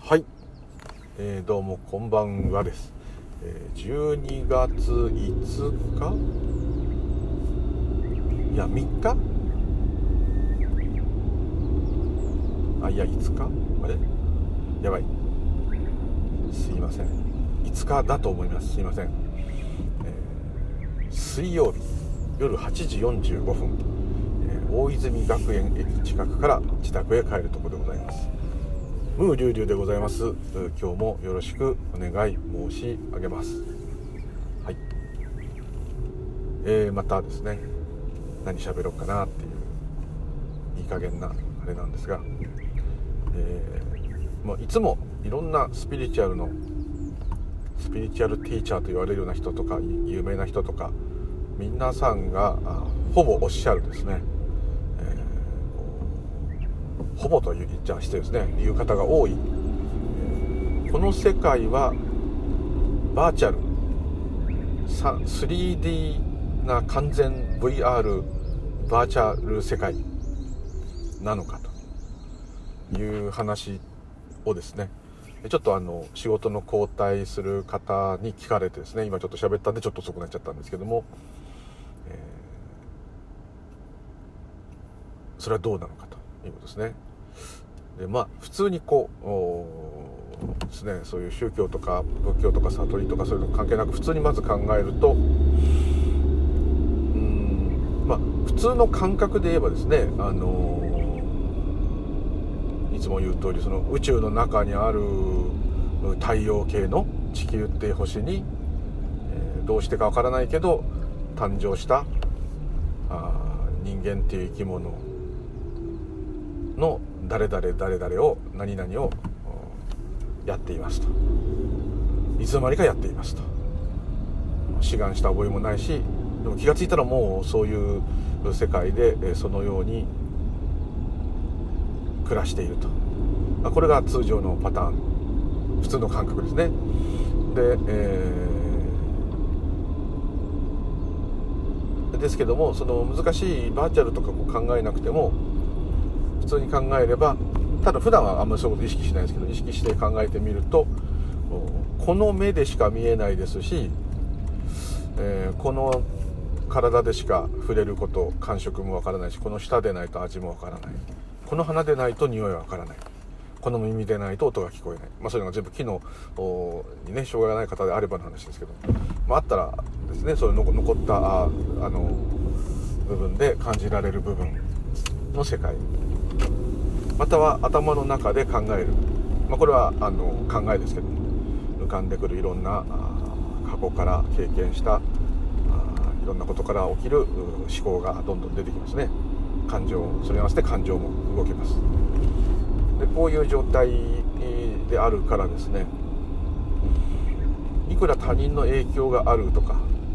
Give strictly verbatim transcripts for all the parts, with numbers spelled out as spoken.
はい、えー、どうもこんばんはです、えー、じゅうにがついつかいやみっかあいやいつかあれやばいすいませんいつかだと思いますすいません、えー、水曜日夜はちじよんじゅうごふん、えー、大泉学園駅近くから自宅へ帰るところでございます。ムーリュウリュウでございます。今日もよろしくお願い申し上げます。はい、えー、またですね何喋ろうかなっていういい加減なあれなんですが、えーまあ、いつもいろんなスピリチュアルのスピリチュアルティーチャーと言われるような人とか有名な人とか皆さんがほぼおっしゃるですね、ほぼと言っちゃしてですね言う方が多い、えー、この世界はバーチャル スリーディー な完全 ブイアール バーチャル世界なのかという話をですねちょっとあの仕事の交代する方に聞かれてですね今ちょっと喋ったんでちょっと遅くなっちゃったんですけども、えー、それはどうなのかということですね。でまあ普通にこうですねそういう宗教とか仏教とか悟りとかそういうの関係なく普通にまず考えるとうーんまあ普通の感覚で言えばですねあのー、いつも言う通りその宇宙の中にある太陽系の地球っていう星に、えー、どうしてかわからないけど誕生したあ人間っていう生き物の誰々誰々を何々をやっていますといつの間にかやっていますと志願した覚えもないしでも気がついたらもうそういう世界でそのように暮らしているとこれが通常のパターン普通の感覚ですね。で、えー、ですけどもその難しいバーチャルとかこう考えなくても普通に考えればただ普段はあんまりそういうこと意識しないですけど意識して考えてみるとこの目でしか見えないですし、えー、この体でしか触れること感触もわからないしこの舌でないと味もわからないこの鼻でないと匂いはわからないこの耳でないと音が聞こえない、まあ、そういうのが全部機能にね障害がない方であればの話ですけど、まあ、あったらですねそういう残ったああの部分で感じられる部分の世界または頭の中で考える、まあ、これはあの考えですけど浮かんでくるいろんな過去から経験したいろんなことから起きる思考がどんどん出てきますね。感情それに合わせて感情も動きます。でこういう状態であるからですねいくら他人の影響があるとか、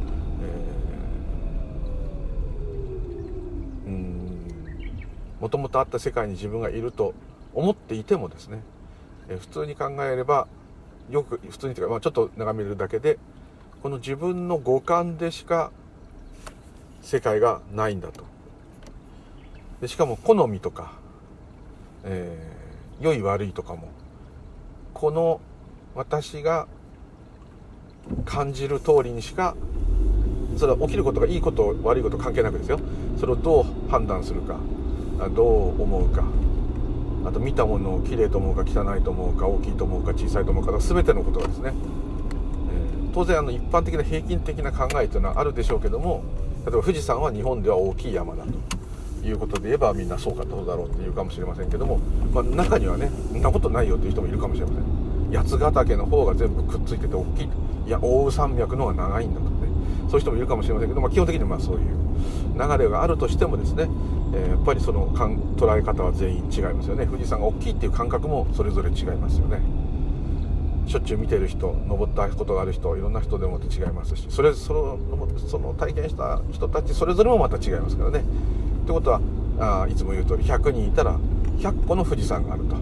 えー、うんもともとあった世界に自分がいると思っていてもですね、えー、普通に考えればよく普通にというか、まあ、ちょっと眺めるだけでこの自分の五感でしか世界がないんだと。でしかも好みとか、えー、良い悪いとかもこの私が感じる通りにしかそれは起きることがいいこと悪いこと関係なくですよそれをどう判断するかどう思うかあと見たものをきれいと思うか汚いと思うか大きいと思うか小さいと思うか全てのことがですね、えー、当然あの一般的な平均的な考えというのはあるでしょうけども例えば富士山は日本では大きい山だということで言えばみんなそうかどうだろうって言うかもしれませんけども、まあ、中にはねそんなことないよという人もいるかもしれません。八ヶ岳の方が全部くっついてて大きいいや奥羽山脈の方が長いんだとかねそういう人もいるかもしれませんけど、まあ、基本的にまあそういう流れがあるとしてもですね、えー、やっぱりその捉え方は全員違いますよね。富士山が大きいっていう感覚もそれぞれ違いますよね。しょっちゅう見てる人登ったことがある人いろんな人でも違いますしそれそのその体験した人たちそれぞれもまた違いますからね。ってことはあいつも言う通りひゃくにんいたらひゃっこの富士山があると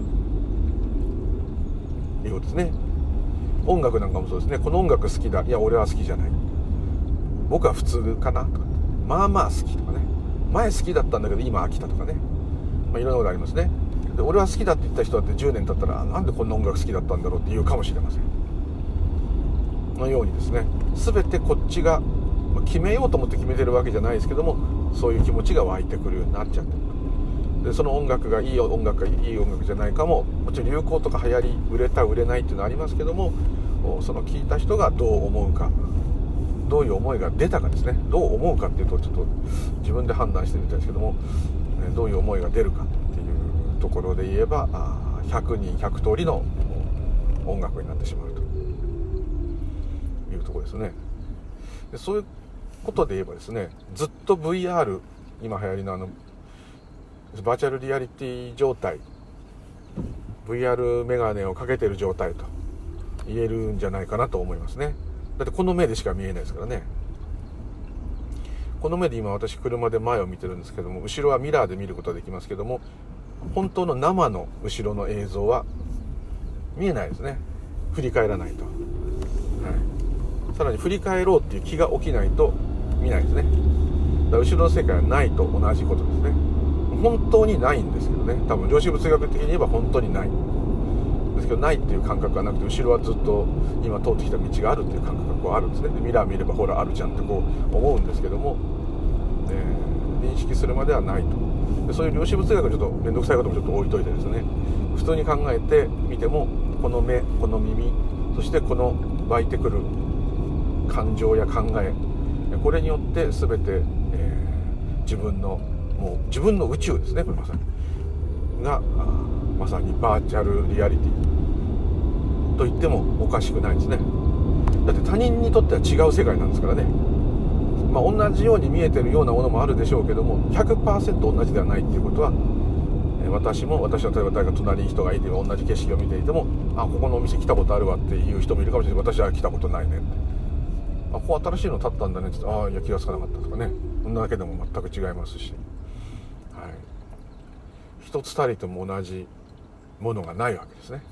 いうことですね。音楽なんかもそうですね。この音楽好きだいや俺は好きじゃない僕は普通かなとかまあまあ好きとかね前好きだったんだけど今飽きたとかね、まあ、いろんなことありますね。 で俺は好きだって言った人だってじゅうねん経ったらなんでこんな音楽好きだったんだろうって言うかもしれません。のようにですね、全てこっちが決めようと思って決めてるわけじゃないですけども、そういう気持ちが湧いてくるようになっちゃってる。でその音楽がいい音楽かいい音楽じゃないかも、もちろん流行とか流行り、売れた売れないっていうのはありますけども、その聞いた人がどう思うか、どういう思いが出たかですね。どう思うかっていうとちょっと自分で判断してみたいですけども、どういう思いが出るかっていうところで言えば、ひゃくにんひゃく通りの音楽になってしまうというところですね。でそういうことで言えばですね、ずっと ブイアール、 今流行りのあのバーチャルリアリティ状態、 ブイアール メガネをかけてる状態と言えるんじゃないかなと思いますね。だってこの目でしか見えないですからね。この目で今私車で前を見てるんですけども、後ろはミラーで見ることができますけども、本当の生の後ろの映像は見えないですね。振り返らないと、はい、さらに振り返ろうっていう気が起きないと見ないですね。だから後ろの世界はないと同じことですね。本当にないんですけどね、多分量子物学的に言えば本当にないですけど、ないっていう感覚がなくて、後ろはずっと今通ってきた道があるっていう感覚がこうあるんですね。でミラー見ればほらあるじゃんってこう思うんですけども、えー、認識するまではないと。でそういう量子物学のちょっと面倒くさいこともちょっと置いといてですね、普通に考えてみても、この目、この耳、そしてこの湧いてくる感情や考え、これによって全て、えー、自分のもう自分の宇宙ですね、これまさにがまさにバーチャルリアリティと言ってもおかしくないですね。だって他人にとっては違う世界なんですからね。まあ同じように見えてるようなものもあるでしょうけども、 ひゃくパーセント 同じではないっていうことは、私も私の例えば誰か隣に人がいて同じ景色を見ていても、あ、ここのお店来たことあるわっていう人もいるかもしれない。私は来たことないねって、あ、ここ新しいの建ったんだねって言って、ああ、いや気がつかなかったとかね、そんなだけでも全く違いますし、はい、一つたりとも同じものがないわけですね。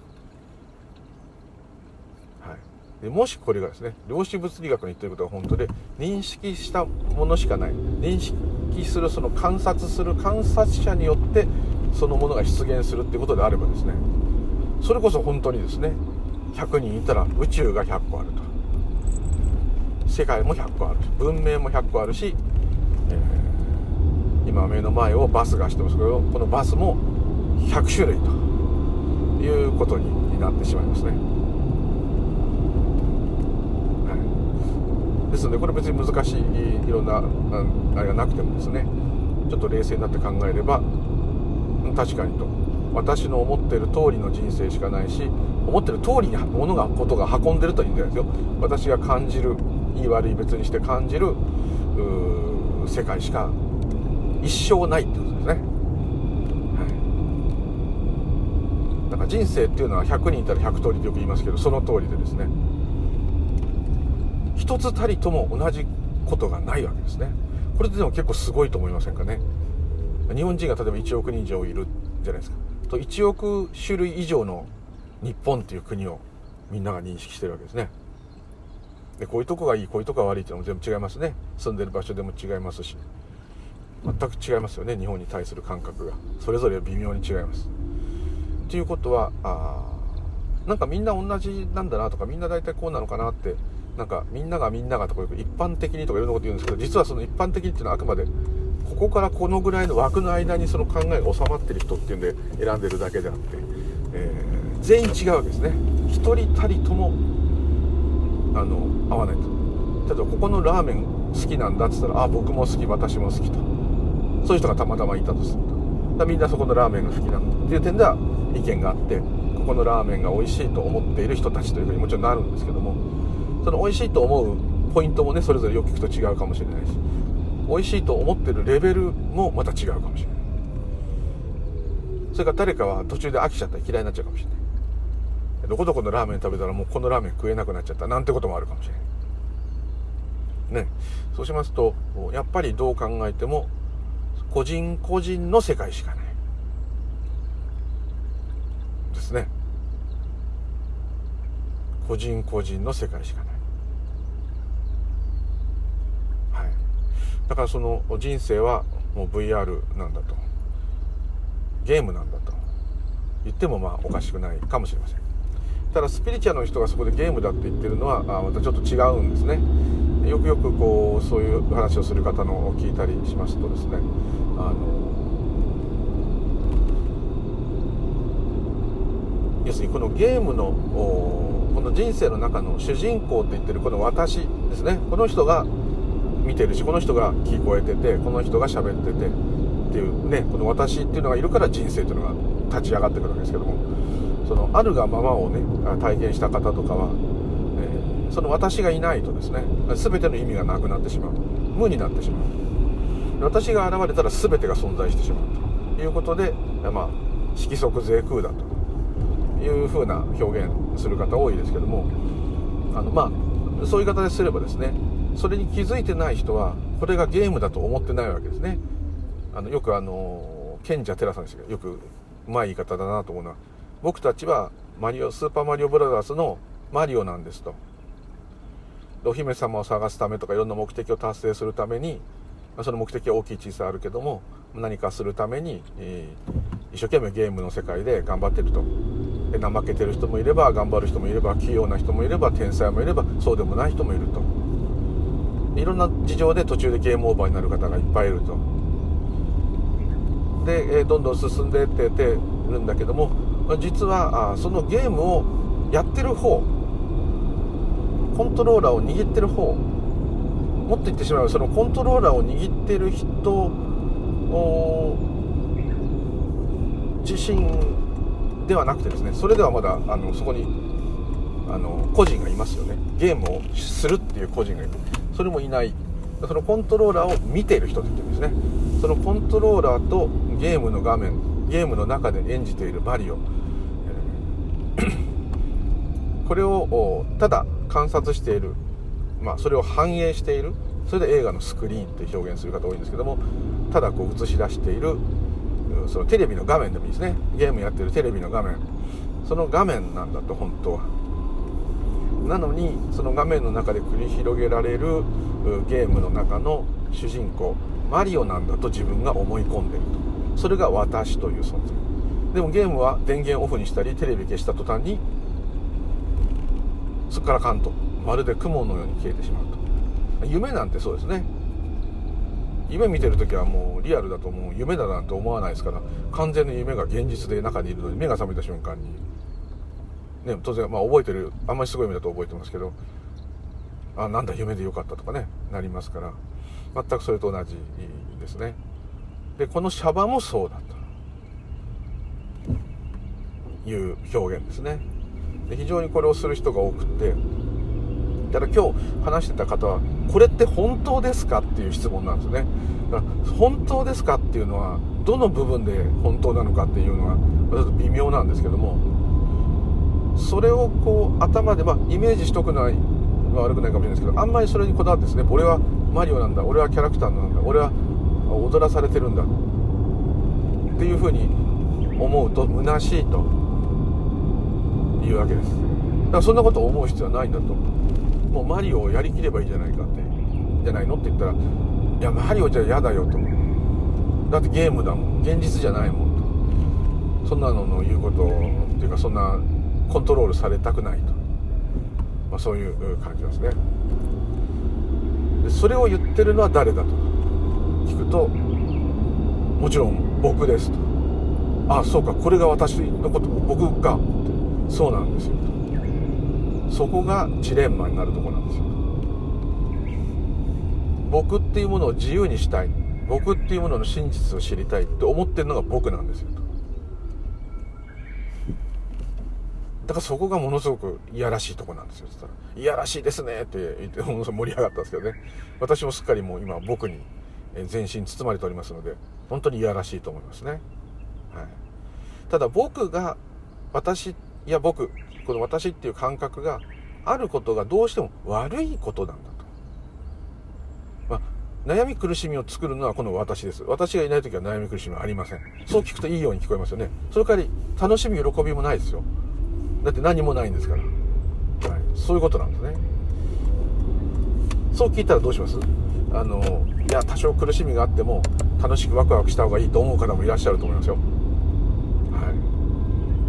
はい、でもしこれがですね、量子物理学の言っていることが本当で、認識したものしかない、認識する、その観察する観察者によってそのものが出現するっていうことであればですね、それこそ本当にですね、ひゃくにんいたら宇宙がひゃっこあると、世界もひゃっこあるし、文明もひゃっこあるし、えー、今目の前をバスが走ってますけど、このバスもひゃくしゅるいということになってしまいますね。はい、ですのでこれ別に難しいいろんなあれがなくてもですね、ちょっと冷静になって考えれば、確かにと、私の思っている通りの人生しかないし、思ってる通りに物がことが運んでるというんじゃないですよ。私が感じる、いい悪い別にして感じる世界しか一生ないってことですね。はい、だから人生っていうのはひゃくにんいたらひゃくとおりってよく言いますけど、その通りでですね、一つたりとも同じことがないわけですね。これでも結構すごいと思いませんかね。日本人が例えばいちおくにん以上いるじゃないですか。といちおくしゅるい以上の日本っていう国をみんなが認識してるわけですね。でこういうとこがいい、こういうとこが悪いっていうのも全部違いますね。住んでる場所でも違いますし、全く違いますよね。日本に対する感覚がそれぞれ微妙に違います。ということは、あなんかみんな同じなんだなとか、みんな大体こうなのかなって、なんかみんながみんながとか一般的にとかいろんなこと言うんですけど、実はその一般的にっていうのはあくまでここからこのぐらいの枠の間にその考えが収まってる人っていうんで選んでるだけであって、えー、全員違うわけですね。一人たりともあの合わないと。例えばここのラーメン好きなんだって言ったら、あ、僕も好き、私も好きと、そういう人がたまたまいたとすると、だみんなそこのラーメンが好きなんだっていう点では意見があって、ここのラーメンが美味しいと思っている人たちというふうにもちろんなるんですけども、その美味しいと思うポイントもね、それぞれよく聞くと違うかもしれないし、美味しいと思ってるレベルもまた違うかもしれない。それから誰かは途中で飽きちゃったり嫌いになっちゃうかもしれない。どこどこのラーメン食べたらもうこのラーメン食えなくなっちゃったなんてこともあるかもしれないね。そうしますと、やっぱりどう考えても個人個人の世界しかないですね。個人個人の世界しかない。はい。だからその人生はもう ブイアール なんだと、ゲームなんだと言ってもまあおかしくないかもしれません。ただスピリチュアルの人がそこでゲームだって言ってるのはあまたちょっと違うんですね。よくよくこうそういう話をする方のを聞いたりしますとですね、あの要するにこのゲームのこの人生の中の主人公って言ってるこの私ですね、この人が見てるし、この人が聞こえてて、この人が喋っててっていうね、この私っていうのがいるから人生というのが立ち上がってくるわけですけども、そのあるがままをね体験した方とかは、えー、その私がいないとですね全ての意味がなくなってしまう、無になってしまう。私が現れたら全てが存在してしまうということで、まあ色即是空だというふうな表現する方多いですけども、あのまあそういう言い方ですればですね、それに気づいてない人はこれがゲームだと思ってないわけですね。あのよくあの賢者テラさんですがよくうまい言い方だなと思うのは、僕たちはマリオスーパーマリオブラザーズのマリオなんですと。お姫様を探すためとかいろんな目的を達成するために、その目的は大きい小さいあるけども、何かするために、えー、一生懸命ゲームの世界で頑張ってると。で怠けてる人もいれば頑張る人もいれば器用な人もいれば天才もいればそうでもない人もいると。いろんな事情で途中でゲームオーバーになる方がいっぱいいると。で、えー、どんどん進んでいっててるんだけども、実はあそのゲームをやってる方、コントローラーを握ってる方、もっと言ってしまえばそのコントローラーを握ってる人自身ではなくてですね、それではまだあのそこにあの個人がいますよね。ゲームをするっていう個人がいる。それもいない。そのコントローラーを見ている人って言ってるんですね。そのコントローラーとゲームの画面、ゲームの中で演じているマリオ、これをただ観察している、まあ、それを反映している、それで映画のスクリーンって表現する方多いんですけども、ただこう映し出しているそのテレビの画面でもいいですね。ゲームやってるテレビの画面、その画面なんだと本当は。なのにその画面の中で繰り広げられるゲームの中の主人公マリオなんだと自分が思い込んでいると。それが私という存在。でもゲームは電源オフにしたりテレビ消した途端にそこからカンとまるで雲のように消えてしまうと。夢なんてそうですね。夢見てるときはもうリアルだともう夢だなんて思わないですから、完全に夢が現実で中にいるのに目が覚めた瞬間にね、当然まあ覚えてる、あんまりすごい夢だと覚えてますけど、あなんだ夢でよかったとかねなりますから、全くそれと同じですね。でこのシャバもそうだという表現ですね。で非常にこれをする人が多くて、だから今日話してた方はこれって本当ですかっていう質問なんですね。だから本当ですかっていうのはどの部分で本当なのかっていうのはちょっと微妙なんですけども、それをこう頭で、まあ、イメージしとくのは悪くないかもしれないですけど、あんまりそれにこだわってですね、俺はマリオなんだ、俺はキャラクターなんだ、俺は踊らされてるんだっていうふうに思うと虚しいというわけです。だからそんなことを思う必要はないんだと。もうマリオをやりきればいいじゃないかって、じゃないのって言ったら、いやマリオじゃ嫌だよと、だってゲームだもん、現実じゃないもんと、そんなのの言うことっていうか、そんなコントロールされたくないと、まあ、そういう感じですね。でそれを言ってるのは誰だと聞くと、もちろん僕ですと。ああそうか、これが私のこと、僕かって、そうなんですよと。そこがジレンマになるところなんですよ。僕っていうものを自由にしたい、僕っていうものの真実を知りたいって思ってるのが僕なんですよと。だからそこがものすごくいやらしいところなんですよって言ったら、いやらしいですねって言ってものすごく盛り上がったんですけどね、私もすっかりもう今僕に全身包まれておりますので、本当にいやらしいと思いますね。はい、ただ僕が私いや僕この私っていう感覚があることがどうしても悪いことなんだと。まあ、悩み苦しみを作るのはこの私です。私がいないときは悩み苦しみはありません。そう聞くといいように聞こえますよね。その代わり楽しみ喜びもないですよ。だって何もないんですから、はい、そういうことなんですね。そう聞いたらどうします？あのいや多少苦しみがあっても楽しくワクワクした方がいいと思う方もいらっしゃると思いますよ。はい、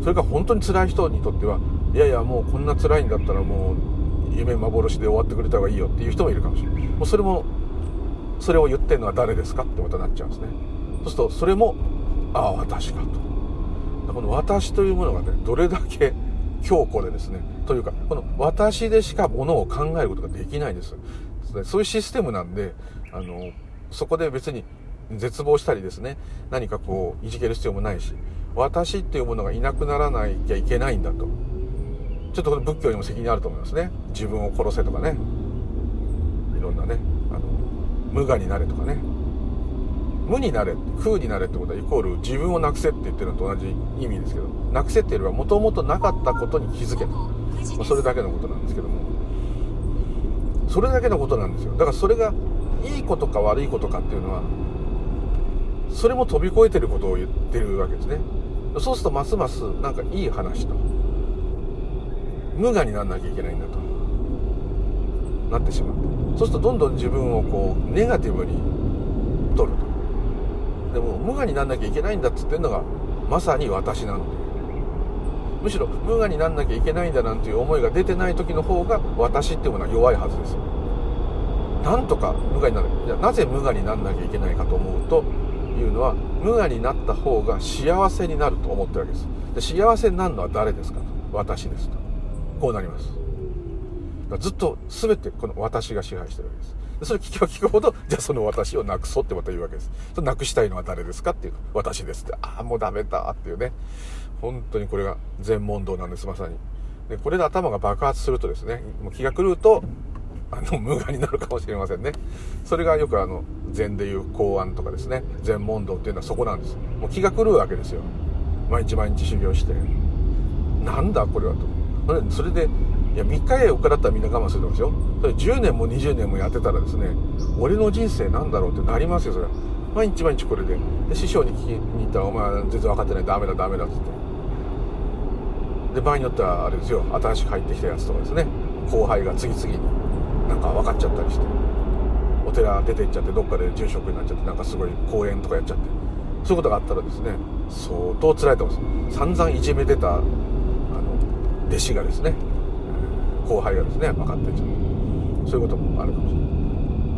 それから本当に辛い人にとってはいやいやもうこんな辛いんだったらもう夢幻で終わってくれた方がいいよっていう人もいるかもしれない。もうそれもそれを言ってるのは誰ですかってことになっちゃうんですね。そうするとそれもああ私かと、この私というものがねどれだけ強固でですね、というかこの私でしかものを考えることができないんです。そういうシステムなんで、あのそこで別に絶望したりですね、何かこういじける必要もないし、私っていうものがいなくならなきゃいけないんだと。ちょっとこの仏教にも責任あると思いますね。自分を殺せとかね、いろんなね、あの無我になれとかね、無になれ、空になれってことはイコール自分をなくせって言ってるのと同じ意味ですけど、なくせっていうよりはもともとなかったことに気づけと、まあ、それだけのことなんですけども、それだけのことなんですよ。だからそれがいいことか悪いことかっていうのはそれも飛び越えてることを言ってるわけですね。そうするとますますなんかいい話と無我にならなきゃいけないんだとなってしまう。そうするとどんどん自分をこうネガティブに取ると。でも無我にならなきゃいけないんだって言ってるのがまさに私なので、むしろ無我にならなきゃいけないんだなんていう思いが出てない時の方が私っていうものは弱いはずですよ。なんとか無我になる。じゃあなぜ無我にならなきゃいけないかと思うというのは、無我になった方が幸せになると思ってるわけです。で幸せになるのは誰ですかと、私ですと。こうなります。だからずっと全てこの私が支配してるわけです。でそれ聞けば聞くほど、じゃあその私をなくそうってまた言うわけです。それなくしたいのは誰ですかっていうと、私ですって。ああもうダメだっていうね、本当にこれが全問答なんです、まさに。でこれで頭が爆発するとですね、もう気が狂うとあの無我になるかもしれませんね。それがよくあの禅でいう公安とかですね、全問答っていうのはそこなんです。もう気が狂うわけですよ。毎日毎日修行してなんだこれはと。それでいやみっかやよっかだったらみんな我慢すると思うんですよ。それじゅうねんもにじゅうねんもやってたらですね、俺の人生なんだろうってなりますよ。それは毎日毎日これで、で師匠に聞きに行ったらお前は全然分かってない、ダメだダメだっつって、で場合によってはあれですよ、新しく入ってきたやつとかですね、後輩が次々になんか分かっちゃったりして、お寺出て行っちゃってどっかで住職になっちゃって、なんかすごい講演とかやっちゃって、そういうことがあったらですね、相当辛いと思います。散々いじめてたあの弟子がですね、後輩がですね分かってっちゃう、そういうこともあるかもしれない。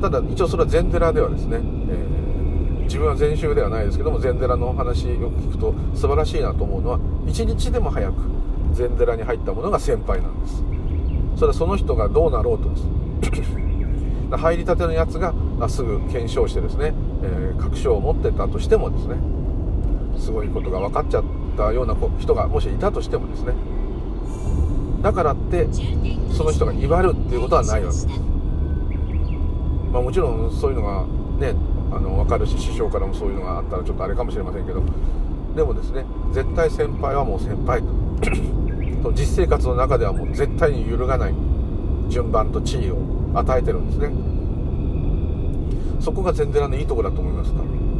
ただ一応それは禅寺ではですね、えー、自分は禅宗ではないですけども、禅寺の話よく聞くと素晴らしいなと思うのは、一日でも早く禅寺に入ったものが先輩なんです。それはその人がどうなろうとです入りたてのやつがすぐ検証してですね、えー、確証を持ってたとしてもですね、すごいことが分かっちゃったような人がもしいたとしてもですね、だからってその人が威張るっていうことはないわけです。まあもちろんそういうのがね、あの分かるし、師匠からもそういうのがあったらちょっとあれかもしれませんけど、でもですね、絶対先輩はもう先輩と実生活の中ではもう絶対に揺るがない順番と地位を与えてるんですね。そこが禅寺のいいところだと思います。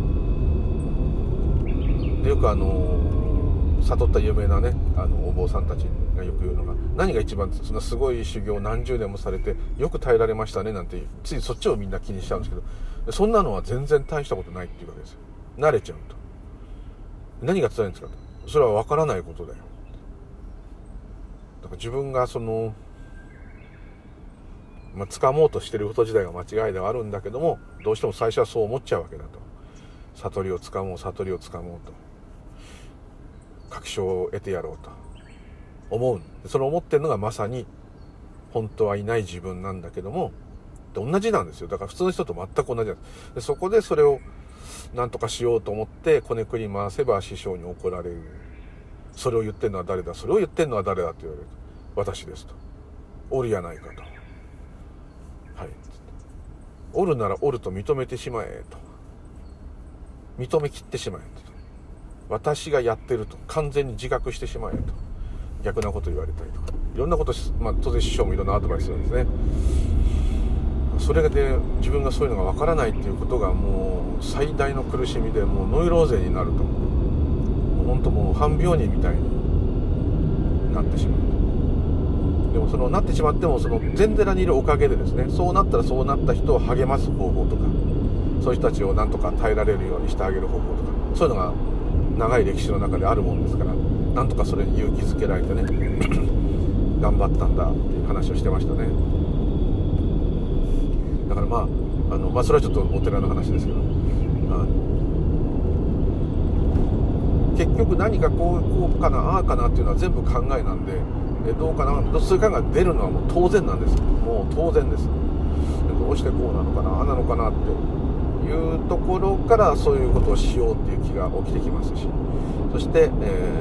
でよくあの悟った有名なね、あのお坊さんたちがよく言うのが、何が一番そんなすごい修行何十年もされてよく耐えられましたねなんて、ついそっちをみんな気にしちゃうんですけど、そんなのは全然大したことないっていうわけですよ。慣れちゃうと。何が辛いんですかと。それは分からないことだよ。だから自分がそのまあ、掴もうとしてること自体が間違いではあるんだけども、どうしても最初はそう思っちゃうわけだと。悟りを掴もう悟りを掴もうと、確証を得てやろうと思う。その思ってるのがまさに本当はいない自分なんだけども、同じなんですよ。だから普通の人と全く同じなんです。でそこでそれを何とかしようと思ってこねくり回せば師匠に怒られる。それを言ってるのは誰だ、それを言ってるのは誰だって言われると、私ですと。おるやないかと。はい、おるならおると認めてしまえと、認めきってしまえと、私がやってると完全に自覚してしまえと、逆なこと言われたりとか、いろんなこと、まあ、当然師匠もいろんなアドバイスするんですね。それで自分がそういうのがわからないっていうことがもう最大の苦しみで、もうノイローゼになると、本当もう半病人みたいになってしまう。でもそのなってしまっても、その禅寺にいるおかげでですね、そうなったらそうなった人を励ます方法とか、そういう人たちをなんとか耐えられるようにしてあげる方法とか、そういうのが長い歴史の中であるもんですから、 なんとかそれに勇気づけられてね頑張ったんだっていう話をしてましたね。だからまああの、まあ、それはちょっとお寺の話ですけど、あの結局何かこう、こうかなああかなっていうのは全部考えなんで、えどうかなそういう考えが出るのはもう当然なんです。もう当然です。どうしてこうなのかなああなのかなっていうところからそういうことをしようっていう気が起きてきますし、そして、え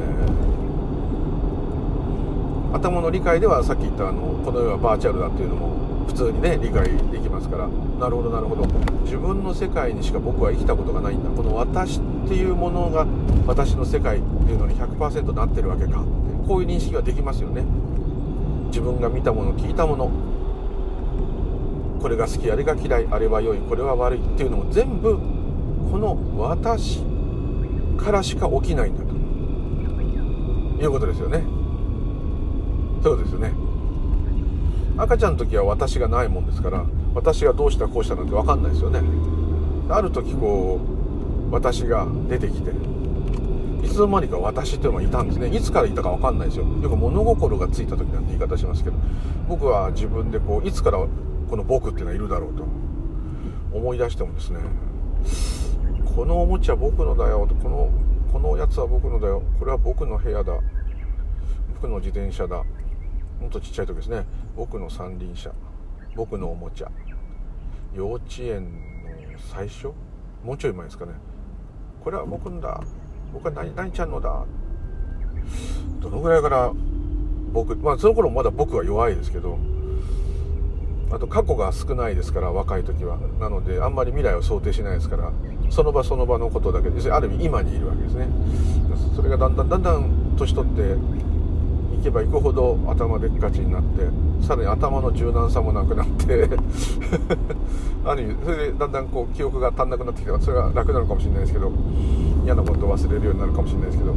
ー、頭の理解ではさっき言ったあのこの世はバーチャルだっていうのも普通にね理解できますから、なるほどなるほど、自分の世界にしか僕は生きたことがないんだ、この私っていうものが私の世界っていうのに ひゃくパーセント なってるわけかって、こういう認識ができますよね。自分が見たもの聞いたもの、これが好きあれが嫌い、あれは良いこれは悪いっていうのも全部この私からしか起きないんだということですよね。そうですよね。赤ちゃんの時は私がないもんですから、私がどうしたこうしたなんて分かんないですよね。ある時こう私が出てきて、いつの間にか私っていうのがいたんですね。いつからいたか分かんないですよ。よく物心がついた時なんて言い方しますけど、僕は自分でこういつからこの僕っていうのはいるだろうと思い出してもですね、このおもちゃ僕のだよと、このこのやつは僕のだよ、これは僕の部屋だ、僕の自転車だ、もっとちっちゃい時ですね、僕の三輪車、僕のおもちゃ、幼稚園の最初、もうちょい前ですかね、これは僕のだ、僕は 何, 何ちゃんのだ、どのぐらいから僕、まあその頃まだ僕は弱いですけど、あと過去が少ないですから、若い時は。なのであんまり未来を想定しないですから、その場その場のことだけで、ある意味今にいるわけですね。それがだんだんだんだん年取っていけばいくほど頭でっかちになって、さらに頭の柔軟さもなくなってある意味それでだんだんこう記憶が足んなくなってきて、それが楽なのかもしれないですけど、嫌なことを忘れるようになるかもしれないですけど、うん、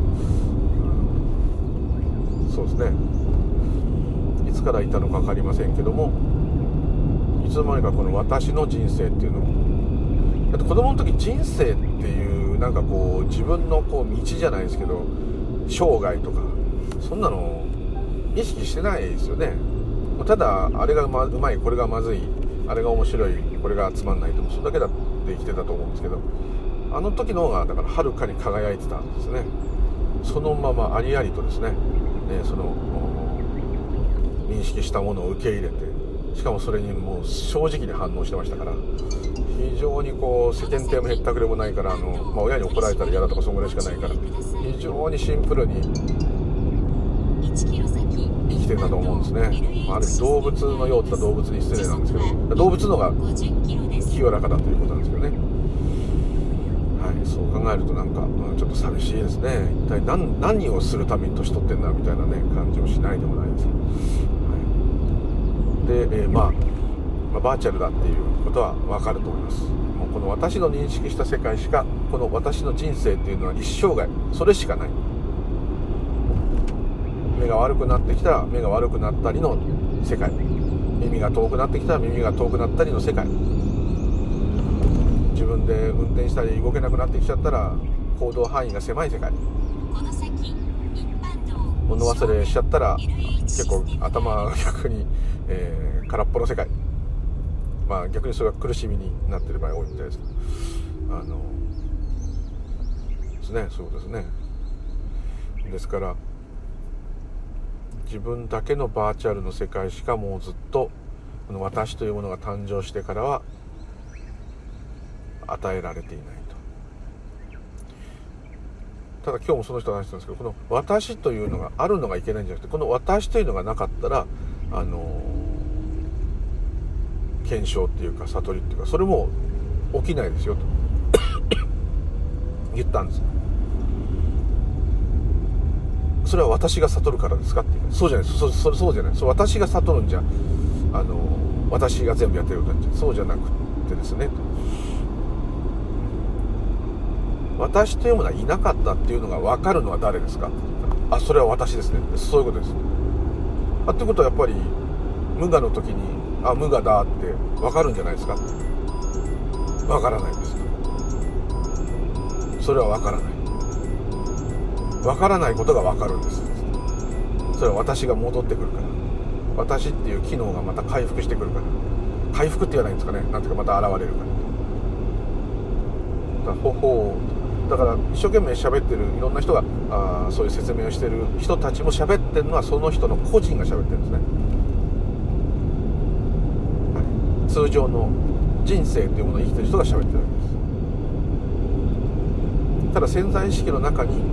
そうですね、いつからいたのか分かりませんけども、いつの間にかこの私の人生っていうのを、だって子供の時人生っていうなんかこう自分のこう道じゃないですけど、生涯とかそんなの意識してないですよね。ただあれがうまい、これがまずい、あれが面白い、これがつまんないと、それだけだって生きてたと思うんですけど、あの時の方がだからはるかに輝いてたんですね。そのままありありとですね、えー、その認識したものを受け入れて、しかもそれにもう正直に反応してましたから、非常にこう世間体もへったくれもないから、あの、まあ、親に怒られたら嫌だとかそんぐらいしかないから、非常にシンプルに生きてるんだと思うんですね。ある意味動物のようって言ったら動物に失礼なんですけど、動物のが清らかだということなんですけどね。はい、そう考えるとなんか、うん、ちょっと寂しいですね。一体 何, 何をするために年取ってんだみたいなね感じもしないでもないですけど、はい、で、えーまあ、まあバーチャルだっていうことは分かると思います。もうこの私の認識した世界しか、この私の人生っていうのは一生涯それしかない。目が悪くなってきたら目が悪くなったりの世界、耳が遠くなってきたら耳が遠くなったりの世界、自分で運転したり動けなくなってきちゃったら行動範囲が狭い世界、物忘れしちゃったら結構頭が逆に、えー、空っぽの世界、まあ逆にそれが苦しみになってる場合多いみたいですけど、あのですね、そうですね。ですから自分だけのバーチャルの世界しかもうずっとこの私というものが誕生してからは与えられていないと。ただ今日もその人が話してたんですけど、この私というのがあるのがいけないんじゃなくて、この私というのがなかったらあの検証っていうか悟りっていうか、それも起きないですよと言ったんです。それは私が悟るからですかっていう。そうじゃないです。そそそうじゃない。そう私が悟るんじゃ、あの私が全部やってることになっちゃう。そうじゃなくてですね、私というものはいなかったっていうのが分かるのは誰ですか。あ、それは私ですね。そういうことです。あ、ってことはやっぱり無我の時にあ無我だって分かるんじゃないですか。分からないです。それは分からない。 わからないことがわかるんです。それは私が戻ってくるから、私っていう機能がまた回復してくるから、回復って言わないんですかね、なんていうかまた現れるから。だからほほうだから一生懸命喋ってるいろんな人があそういう説明をしてる人たちも喋ってるのはその人の個人が喋ってるんですね、はい、通常の人生というものを生きてる人が喋ってるわけです。ただ潜在意識の中に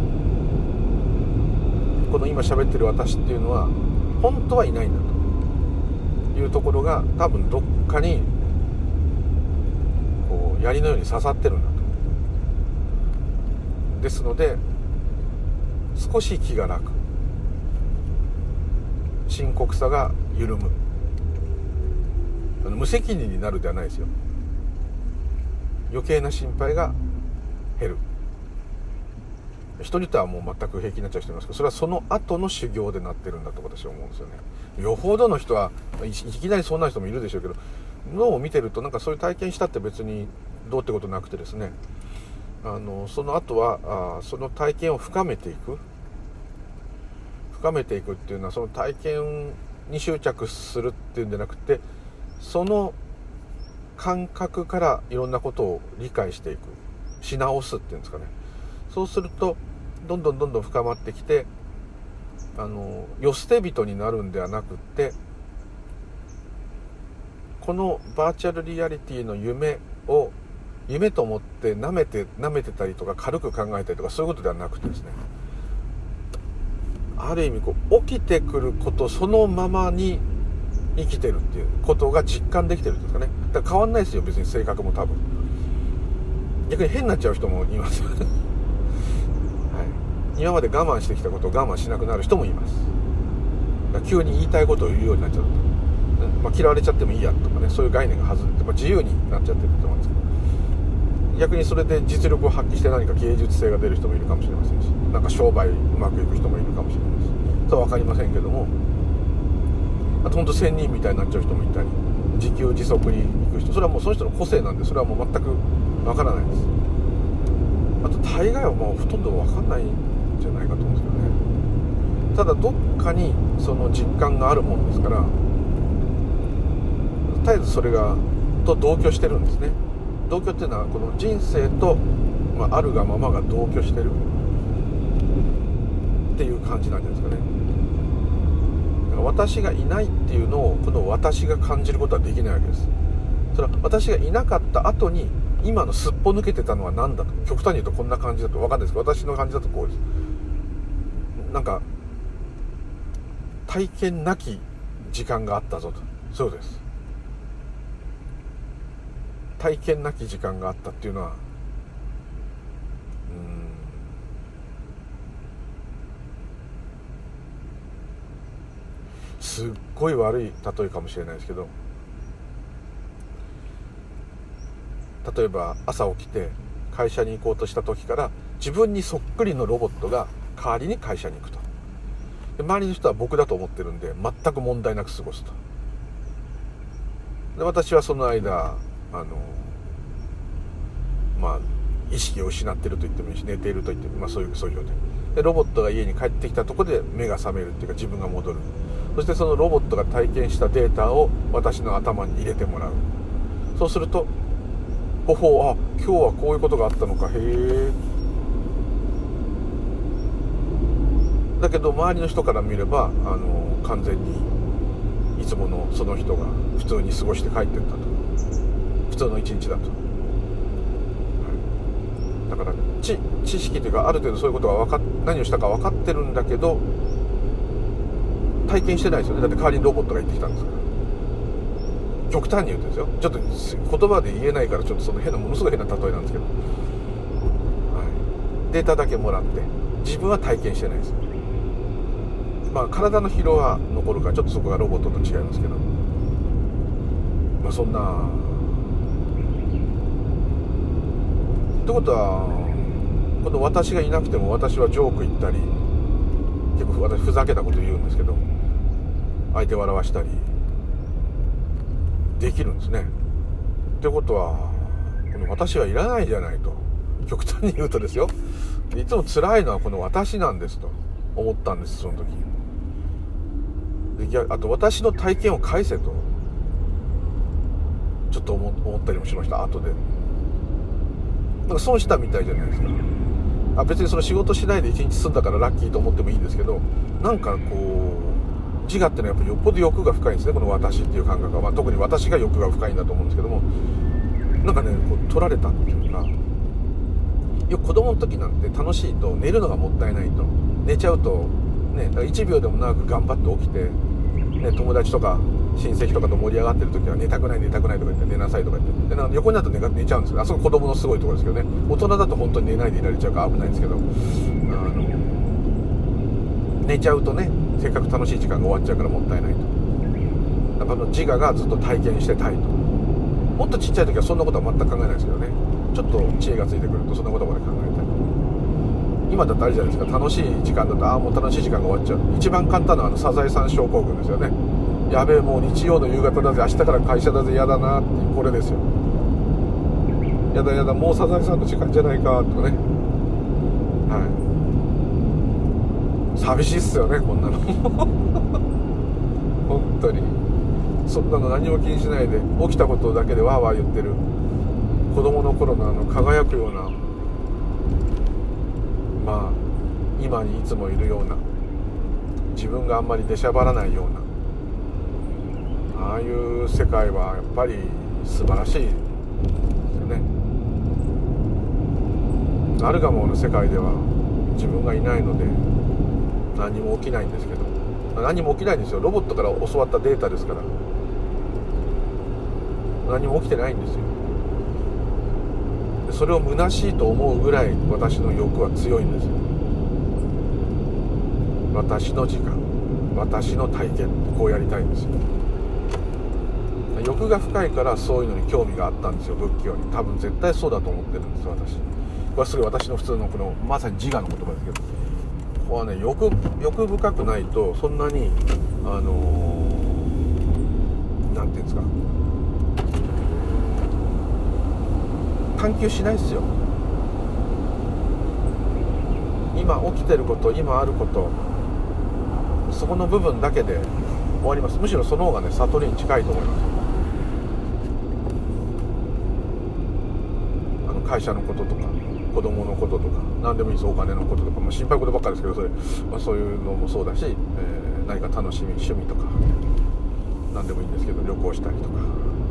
この今喋ってる私っていうのは本当はいないんだというところが多分どっかにこう槍のように刺さってるんだと。ですので少し気が楽、深刻さが緩む、無責任になるではないですよ。余計な心配が減る。人によってはもう全く平気になっちゃう人いますけど、それはその後の修行でなってるんだと私は思うんですよね。よほどの人はいきなりそんな人もいるでしょうけど、脳を見てるとなんかそういう体験したって別にどうってことなくてですね、あのその後はあその体験を深めていく深めていくっていうのはその体験に執着するっていうんじゃなくて、その感覚からいろんなことを理解していく、し直すっていうんですかね。そうするとどんどんどんどん深まってきて、あの世捨て人になるんではなくって、このバーチャルリアリティの夢を夢と思って舐めて舐めてたりとか軽く考えたりとかそういうことではなくてですね、ある意味こう起きてくることそのままに生きてるっていうことが実感できてるんですかね。だから変わんないですよ別に性格も多分。逆に変になっちゃう人もいますはい、今まで我慢してきたことを我慢しなくなる人もいます。だから急に言いたいことを言うようになっちゃうと、まあ、嫌われちゃってもいいやとかね、そういう概念が外れて、まあ、自由になっちゃってると思うんですけど、逆にそれで実力を発揮して何か芸術性が出る人もいるかもしれませんし、なんか商売うまくいく人もいるかもしれないし、それは分かりませんけども、あと本当仙人みたいになっちゃう人もいたり、自給自足に行く人、それはもうその人の個性なんで、それはもう全く分からないです。あと大概はもうほとんど分かんないんじゃないかと思うんですけどね。ただどっかにその実感があるもんですから、絶えずそれがと同居してるんですね。同居っていうのはこの人生と、まあ、あるがままが同居してるっていう感じなんじゃないですかね。だから私がいないっていうのをこの私が感じることはできないわけです。それは私がいなかった後に今のすっぽ抜けてたのは何だと、極端に言うとこんな感じだと分かんないですけど、私の感じだとこうです。なんか体験なき時間があったぞと。そうです、体験なき時間があったっていうのは、うーんすっごい悪い例えかもしれないですけど、例えば朝起きて会社に行こうとした時から自分にそっくりのロボットが代わりに会社に行くと。で周りの人は僕だと思ってるんで全く問題なく過ごすと。で私はその間あのまあ意識を失ってると言ってもいいし、寝ていると言っても、まあ、そういうそういう状態で、ロボットが家に帰ってきたところで目が覚めるっていうか自分が戻る。そしてそのロボットが体験したデータを私の頭に入れてもらう。そうするとほほう、あ、今日はこういうことがあったのか、へえ。だけど周りの人から見ればあの完全にいつものその人が普通に過ごして帰ってったと、普通の一日だと。だから 知, 知識というかある程度そういうことが分かっ何をしたか分かってるんだけど体験してないですよね。だって代わりにロボットが行ってきたんですから。極端に言うとですよ、ちょっと言葉で言えないからちょっとその変なものすごい変な例えなんですけど、はい、データだけもらって自分は体験してないです。まあ体の疲労は残るからちょっとそこがロボットと違いますけど、まあそんなってことはこの私がいなくても私はジョーク言ったり、結構私ふざけたこと言うんですけど相手を笑わしたりできるんですね。ってことはこの私はいらないじゃないと、極端に言うとですよ、 いつも辛いのはこの私なんですと思ったんです。その時で、あと私の体験を返せとちょっと 思, 思ったりもしました。後でなんか損したみたいじゃないですか。あ、別にその仕事しないで一日済んだからラッキーと思ってもいいんですけど、なんかこう自我ってのはやっぱりよっぽど欲が深いんですね、この私っていう感覚は。まあ、特に私が欲が深いんだと思うんですけども、なんかねこう取られたっていうか、よく子供の時なんて楽しいと寝るのがもったいないと、寝ちゃうとね、いちびょうでも長く頑張って起きて、ね、友達とか親戚とかと盛り上がってる時は寝たくない寝たくないとか言って寝なさいとか言ってで、なんか横になると 寝, 寝ちゃうんですよ。あそこ子供のすごいところですけどね。大人だと本当に寝ないでいられちゃうから危ないんですけど、あの寝ちゃうとね、せっかく楽しい時間が終わっちゃうからもったいないと。だから自我がずっと体験してたいと。もっとちっちゃい時はそんなことは全く考えないですけどね、ちょっと知恵がついてくるとそんなことまで考えたり。今だとあれじゃないですか、楽しい時間だとああもう楽しい時間が終わっちゃう。一番簡単なあのサザエさん症候群ですよね。やべえもう日曜の夕方だぜ、明日から会社だぜ、やだなっていう、これですよ。やだやだもうサザエさんの時間じゃないかとかね、はい、寂しいっすよねこんなの本当にそんなの何も気にしないで起きたことだけでわーわー言ってる子供の頃のあの輝くような、まあ今にいつもいるような、自分があんまり出しゃばらないような、ああいう世界はやっぱり素晴らしいですよね。アルガモの世界では自分がいないので何も起きないんですけど、何も起きないんですよ。ロボットから教わったデータですから何も起きてないんですよ。それを虚しいと思うぐらい私の欲は強いんですよ。私の時間、私の体験、こうやりたいんですよ。欲が深いからそういうのに興味があったんですよ、仏教に。多分絶対そうだと思ってるんですよ、私。これはすごい私の普通のこのまさに自我の言葉ですけど、ここはね、欲欲深くないとそんなにあのー、なんていうんですか、探求しないですよ。今起きてること、今あること、そこの部分だけで終わります。むしろその方がね、悟りに近いと思います。あの会社のこととか子供のこととか何でもいいです。お金のこととか、まあ、心配事ばっかりですけど、それ、まあ、そういうのもそうだし、えー、何か楽しみ、趣味とか何でもいいんですけど、旅行したりとか、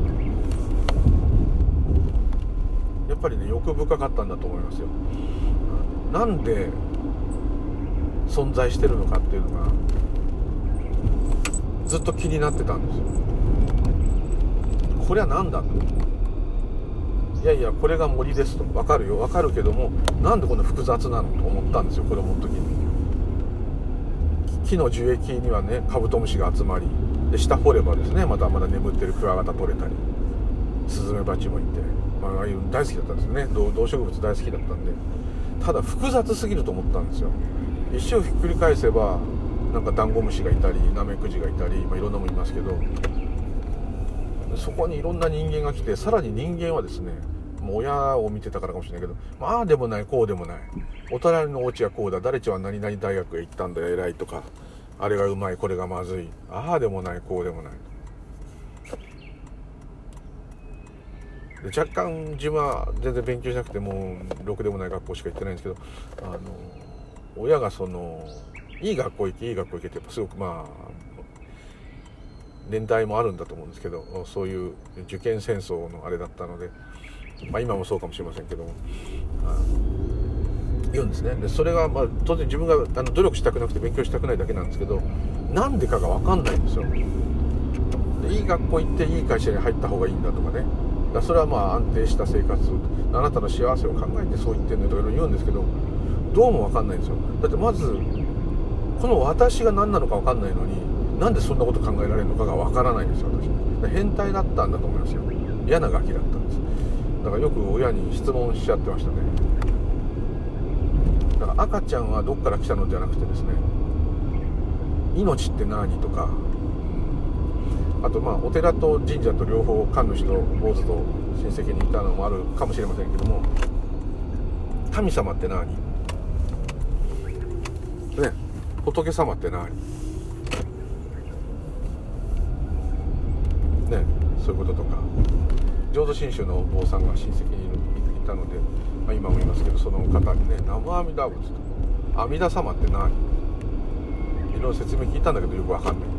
やっぱりね、欲深かったんだと思いますよ。なんで存在してるのかっていうのがずっと気になってたんですよ。これは何だと。いやいやこれが森ですと。分かるよ、分かるけども、なんでこんな複雑なのと思ったんですよ、子供の時に。木の樹液にはね、カブトムシが集まり、で下掘ればですね、またまだ眠ってるクワガタ取れたり、スズメバチもいて、まあ、ああいう大好きだったんですよね。動植物大好きだったんで。ただ複雑すぎると思ったんですよ。一生ひっくり返せばなんかダンゴムシがいたり、ナメクジがいたり、まあ、いろんなもんいますけど、そこにいろんな人間が来て、さらに人間はですね、もう親を見てたからかもしれないけど、まあああでもないこうでもない、お隣のお家はこうだ、誰ちは何々大学へ行ったんだ偉いとか、あれがうまいこれがまずい、ああでもないこうでもない。で若干自分は全然勉強しなくてもろくでもない学校しか行ってないんですけど、あの親がそのいい学校行けいい学校行けってやっぱすごくまあ年代もあるんだと思うんですけど、そういう受験戦争のあれだったので、まあ今もそうかもしれませんけども、言うんですね。でそれがまあ当然自分があの努力したくなくて勉強したくないだけなんですけど、なんでかが分かんないんですよ。でいい学校行っていい会社に入った方がいいんだとかね、だそれはまあ安定した生活、あなたの幸せを考えてそう言ってんのとかいろいろ言うんですけど、どうも分かんないんですよ。だってまずこの私が何なのか分かんないのに、なんでそんなこと考えられるのかが分からないんですよ、私。変態だったんだと思いますよ。嫌なガキだったんです。だからよく親に質問しちゃってましたね。だから赤ちゃんはどっから来たのじゃなくてですね、命って何とか、あとまあお寺と神社と両方神主と坊主と親戚にいたのもあるかもしれませんけども、神様って何、 ね、仏様って何？ね、そういうこととか、浄土真宗のお坊さんが親戚にいるいたので、まあ、今もいますけど、その方にね、南無阿弥陀仏と、阿弥陀様って何？いろいろ説明聞いたんだけどよくわかんない。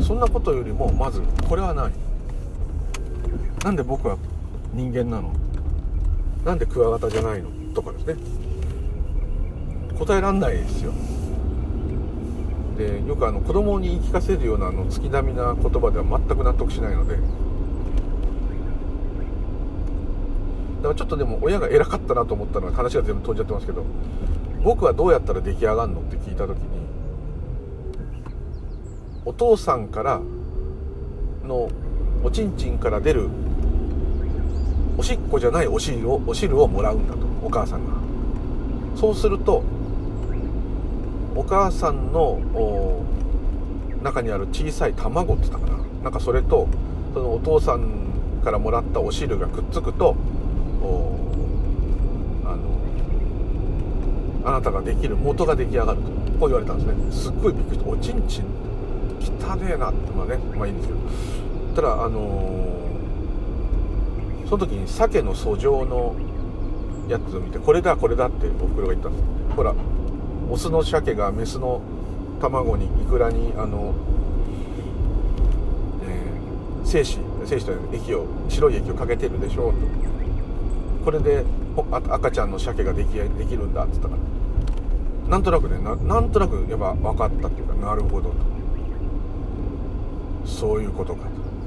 そんなことよりもまずこれは何？なんで僕は人間なの？なんでクワガタじゃないの？とかですね、答えらんないですよ。で、よくあの子供に言い聞かせるようなあの月並みな言葉では全く納得しないので、だからちょっとでも親が偉かったなと思ったのは、話が全部飛んじゃってますけど、僕はどうやったら出来上がるのって聞いた時に、お父さんからのおちんちんから出るおしっこじゃないお汁をお汁をもらうんだと、お母さんが。そうするとお母さんの中にある小さい卵って言ったかな、なんかそれとそのお父さんからもらったお汁がくっつくと、あのあなたができる元が出来上がると、こう言われたんですね。すっごいびっくりして、おちんちん汚ねえなって、まあね、まあいいんですけど、ただあのー、その時に鮭の遡上のやつを見て、これだこれだっておふくろが言ったんです。ほら、オスの鮭がメスの卵にイクラにあの、えー、精子精子という液を白い液をかけてるでしょうと、これで赤ちゃんの鮭ができできるんだって言ったから、なんとなくね な, なんとなくやっぱ分かったっていうか、なるほどと、そういうことか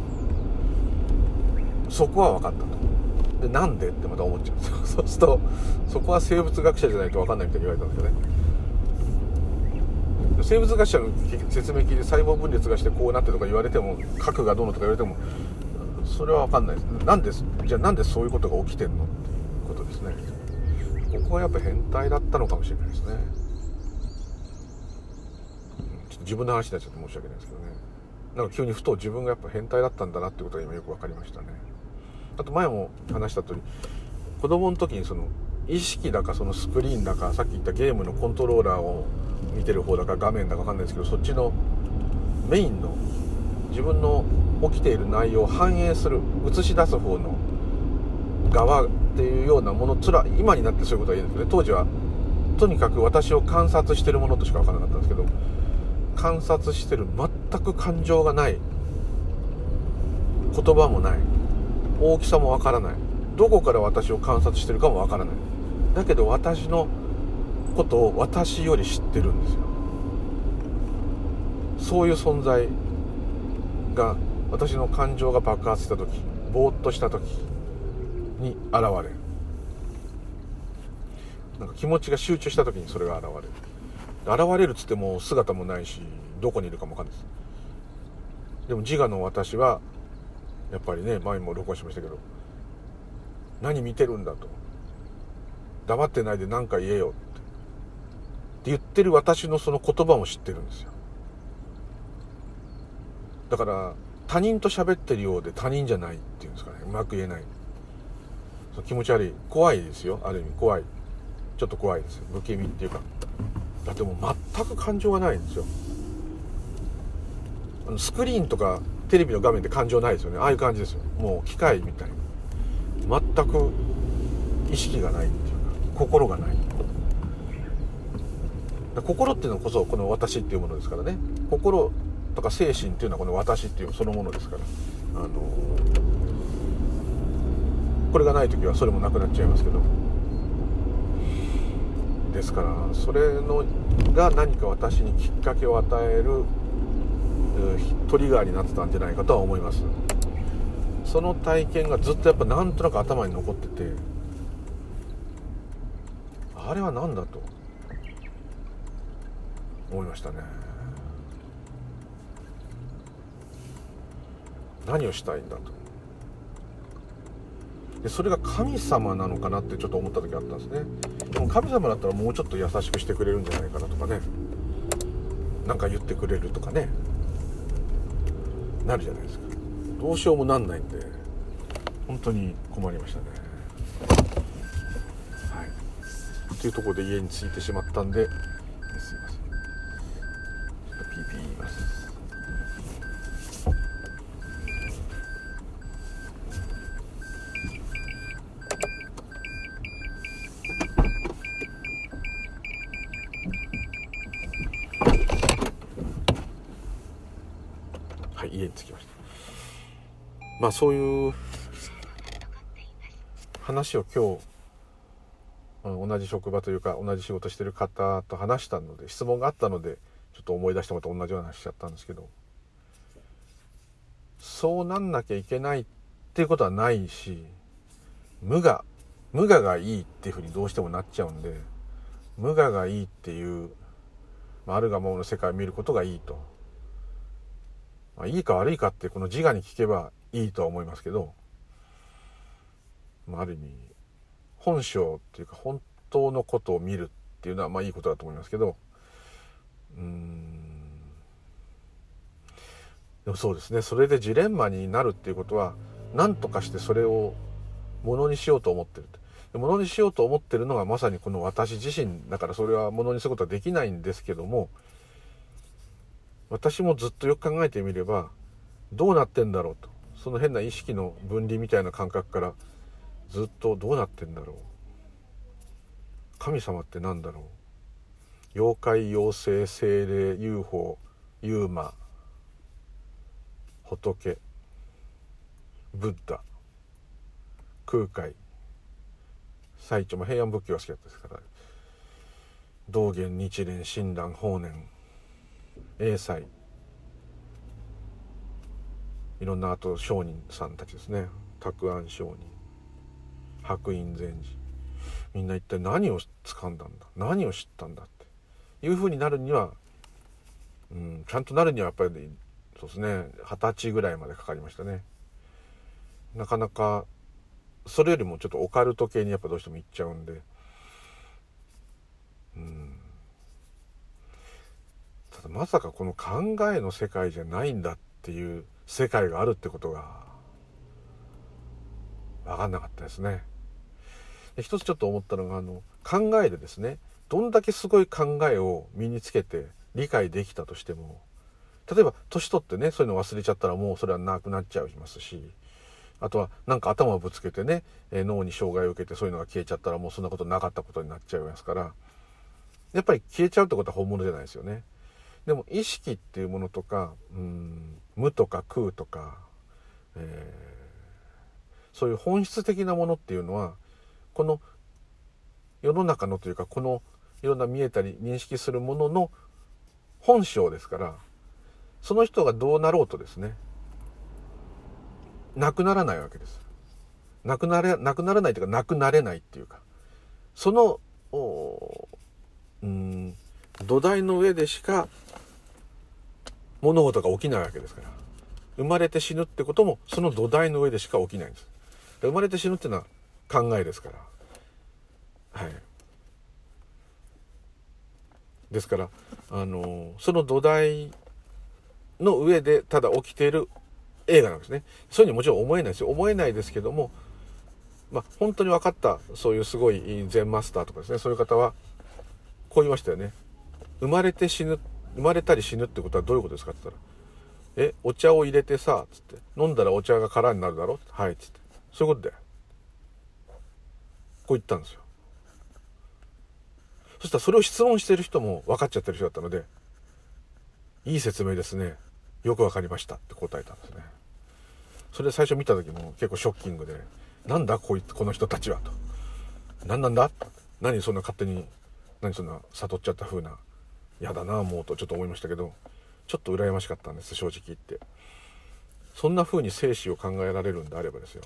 と、そこは分かったと。で、なんでってまた思っちゃうんですよ。そうすると、そこは生物学者じゃないと分かんないみたいに言われたんですよね。生物学者の説明聞いて細胞分裂がしてこうなってとか言われても、核がどうのとか言われても、それは分かんないです。なんでじゃあなんでそういうことが起きてんのっていうことですね。ここはやっぱ変態だったのかもしれないですね。ちょっと自分の話になっちゃって申し訳ないですけどね。なんか急にふと自分がやっぱ変態だったんだなってことが今よく分かりましたね。あと前も話した通り、子供の時にその意識だかそのスクリーンだか、さっき言ったゲームのコントローラーを見てる方だか画面だか分かんないですけど、そっちのメインの自分の起きている内容を反映する、映し出す方の側っていうようなものつら、今になってそういうことは言うんですけどね、当時はとにかく私を観察してるものとしか分からなかったんですけど、観察してる、全く感情がない、言葉もない、大きさも分からない、どこから私を観察してるかも分からない、だけど私のことを私より知ってるんですよ。そういう存在が私の感情が爆発した時、ぼーっとした時に現れる。なんか気持ちが集中した時にそれが現れる。現れるっつっても姿もないし、どこにいるかも分かんないです。でも自我の私はやっぱりね、前も録音しましたけど、何見てるんだと、黙ってないで何か言えよってって言ってる私のその言葉も知ってるんですよ。だから他人と喋ってるようで他人じゃないっていうんですかね、うまく言えない、気持ち悪い、怖いですよ、ある意味怖い、ちょっと怖いですよ、不気味っていうか。だってもう全く感情がないんですよ。あのスクリーンとかテレビの画面で感情ないですよね。ああいう感じですよ。もう機械みたいな、全く意識がないっていうか、心がない。心っていうのこそこの私っていうものですからね。心とか精神っていうのはこの私っていうそのものですから、あのー、これがない時はそれもなくなっちゃいますけど、ですからそれのが何か私にきっかけを与えるトリガーになってたんじゃないかとは思います。その体験がずっとやっぱなんとなく頭に残ってて、あれは何だと思いましたね。何をしたいんだと。でそれが神様なのかなってちょっと思った時あったんですね。でも神様だったらもうちょっと優しくしてくれるんじゃないかなとかね、なんか言ってくれるとかね、なるじゃないですか。どうしようもなんないんで本当に困りましたね。はい、というところで家に着いてしまったんで、すいません。 言います。はい、家に着きました。まあそういう話を今日同じ職場というか同じ仕事してる方と話したので、質問があったのでちょっと思い出してまた同じような話しちゃったんですけど、そうなんなきゃいけないっていうことはないし、無我無我がいいっていうふうにどうしてもなっちゃうんで、無我がいいっていう、まあ、あるがままの世界を見ることがいいと、まあ、いいか悪いかってこの自我に聞けばいいとは思いますけど、まあ、ある意味本性っていうか本当のことを見るっていうのはまあいいことだと思いますけど、うーんでもそうですね、それでジレンマになるっていうことは何とかしてそれをものにしようと思ってる。ものにしようと思ってるのがまさにこの私自身だから、それはものにすることはできないんですけども、私もずっとよく考えてみればどうなってんだろうと、その変な意識の分離みたいな感覚からずっとどうなってんだろう、神様ってなんだろう、妖怪妖精精霊 ユーフォー ユーマ仏ブッダ空海最澄、平安仏教が好きだったですから、道元日蓮親鸞法然栄西、いろんなあと上人さんたちですね、沢安上人白隠禅師、みんな一体何を掴んだんだ、何を知ったんだっていうふうになるには、うん、ちゃんとなるにはやっぱりそうですね、二十歳ぐらいまでかかりましたね。なかなかそれよりもちょっとオカルト系にやっぱどうしても行っちゃうんで、うん、ただまさかこの考えの世界じゃないんだっていう世界があるってことが分かんなかったですね。で一つちょっと思ったのが、あの考えでですね、どんだけすごい考えを身につけて理解できたとしても、例えば年取ってねそういうの忘れちゃったらもうそれはなくなっちゃいますし、あとはなんか頭をぶつけてね、えー、脳に障害を受けてそういうのが消えちゃったらもうそんなことなかったことになっちゃいますから、やっぱり消えちゃうってことは本物じゃないですよね。でも意識っていうものとか、うーん無とか空とか、えー、そういう本質的なものっていうのはこの世の中のというか、このいろんな見えたり認識するものの本性ですから、その人がどうなろうとですね、なくならないわけです。なくなれなくならないというか、なくなれないっていうか、そのうーん土台の上でしか物事が起きないわけですから、生まれて死ぬってこともその土台の上でしか起きないんです。生まれて死ぬっていうのは考えですから、はい。ですからあのその土台の上でただ起きている映画なんですね。そういうふうにもちろん思えないですよ。思えないですけども、まあ本当に分かったそういうすごい禅マスターとかですね、そういう方はこう言いましたよね。生まれて死ぬ、生まれたり死ぬってことはどういうことですかって言ったら、え、お茶を入れてさ、つって飲んだらお茶が空になるだろ、はい、つって、そういうことだよ、こう言ったんですよ。そしたらそれを質問してる人も分かっちゃってる人だったので、いい説明ですね、よく分かりましたって答えたんですね。それで最初見た時も結構ショッキングで、なんだこいこの人たちはと、何なんだ、何そんな勝手に、何そんな悟っちゃった風な、やだなもうとちょっと思いましたけど、ちょっと羨ましかったんです、正直言って。そんな風に生死を考えられるんであればですよ、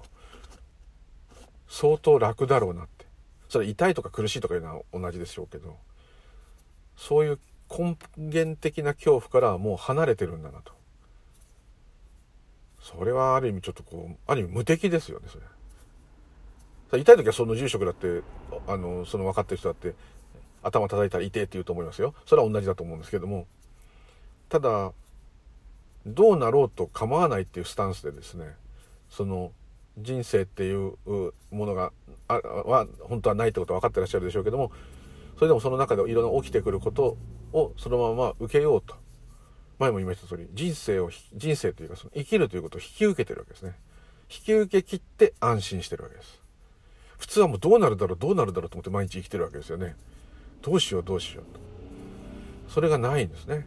相当楽だろうなって。それ痛いとか苦しいとかいうのは同じでしょうけど、そういう根源的な恐怖からはもう離れてるんだなと。それはある意味ちょっとこう、ある意味無敵ですよね、それ。痛い時はその住職だって、あのその分かってる人だって頭叩いたら痛いって言うと思いますよ。それは同じだと思うんですけども、ただどうなろうと構わないっていうスタンスでですね、その人生っていうものがあは本当はないってことは分かってらっしゃるでしょうけども、それでもその中でいろんな起きてくることをそのまま受けようと前も言いました通り、人生を人生というかその生きるということを引き受けてるわけですね。引き受け切って安心してるわけです。普通はもうどうなるだろうどうなるだろうと思って毎日生きてるわけですよね。どうしようどうしようと。それがないんですね。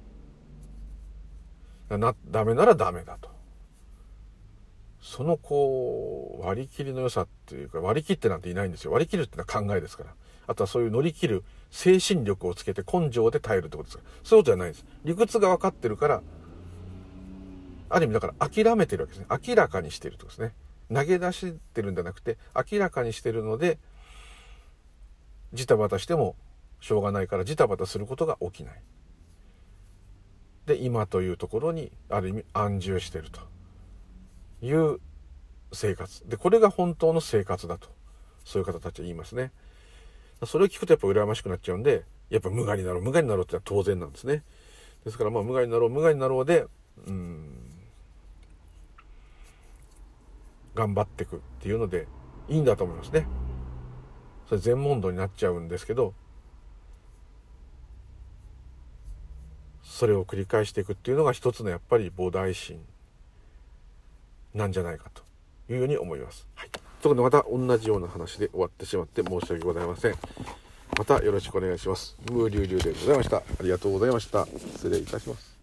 なダメならダメだと。そのこう割り切りの良さっていうか、割り切ってなんていないんですよ。割り切るってのは考えですから。あとはそういう乗り切る精神力をつけて根性で耐えるってことですから。そういうことじゃないんです。理屈が分かってるから、ある意味だから諦めてるわけですね。明らかにしてるってことですね。投げ出してるんじゃなくて明らかにしてるので、ジタバタしてもしょうがないからジタバタすることが起きない。で、今というところにある意味安住してるという生活で、これが本当の生活だと、そういう方たちは言いますね。それを聞くとやっぱ羨ましくなっちゃうんで、やっぱ無我になろう無我になろうってのは当然なんですね。ですからまあ無我になろう無我になろうでうーん頑張っていくっていうのでいいんだと思いますね。それ全問答になっちゃうんですけど、それを繰り返していくっていうのが一つのやっぱり菩提心なんじゃないかというように思います。はい。ということでまた同じような話で終わってしまって申し訳ございません。またよろしくお願いします。ムーリュウリュウでございました。ありがとうございました。失礼いたします。